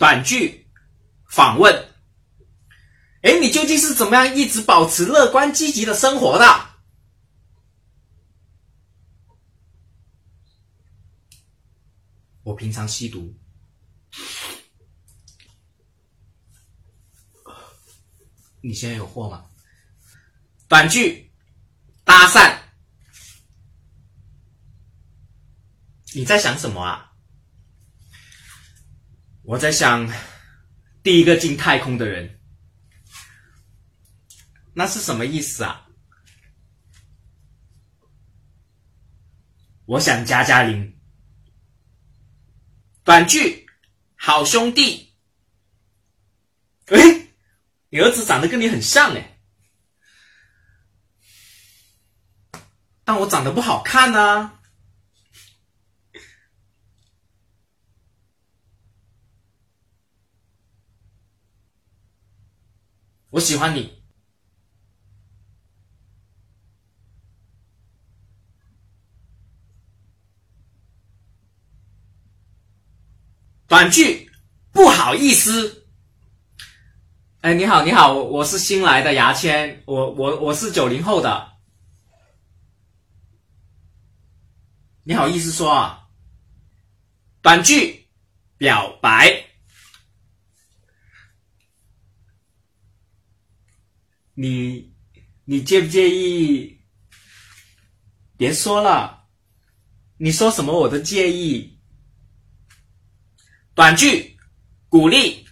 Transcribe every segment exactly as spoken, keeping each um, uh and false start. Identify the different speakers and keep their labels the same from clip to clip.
Speaker 1: 短句访问。诶，你究竟是怎么样一直保持乐观积极的生活的？我平常吸毒。你现在有货吗？短句搭讪。你在想什么啊？我在想第一个进太空的人。那是什么意思啊？我想加加零。短句好兄弟。诶，你儿子长得跟你很像诶，但我长得不好看啊。我喜欢你。短句不好意思。哎，你好，你好，我是新来的牙签，我我我是九零后的。你好意思说啊？短句表白。你你介不介意？别说了，你说什么我都介意。短句鼓励。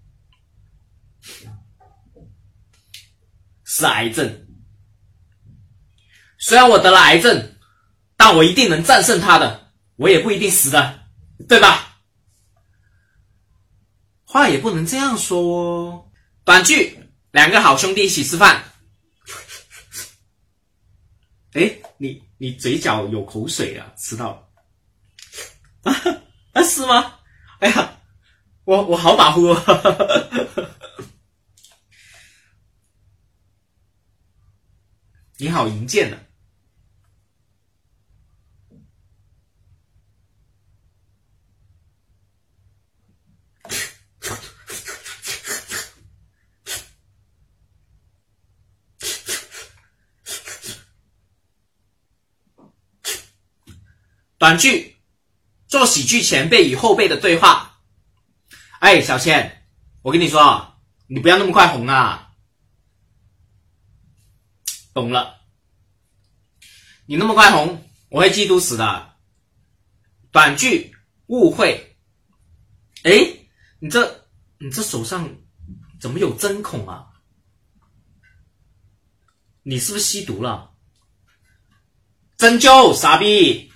Speaker 1: 是癌症，虽然我得了癌症，但我一定能战胜它的，我也不一定死的，对吧？话也不能这样说哦。短句两个好兄弟一起吃饭。诶，你你嘴角有口水啊，吃到了。啊，是吗？哎呀，我我好马虎哦。你好银剑啊。短句做喜剧前辈与后辈的对话。哎，小千，我跟你说，你不要那么快红啊。懂了，你那么快红，我会嫉妒死的。短句误会。诶，你这你这手上怎么有针孔啊？你是不是吸毒了？针灸，傻逼。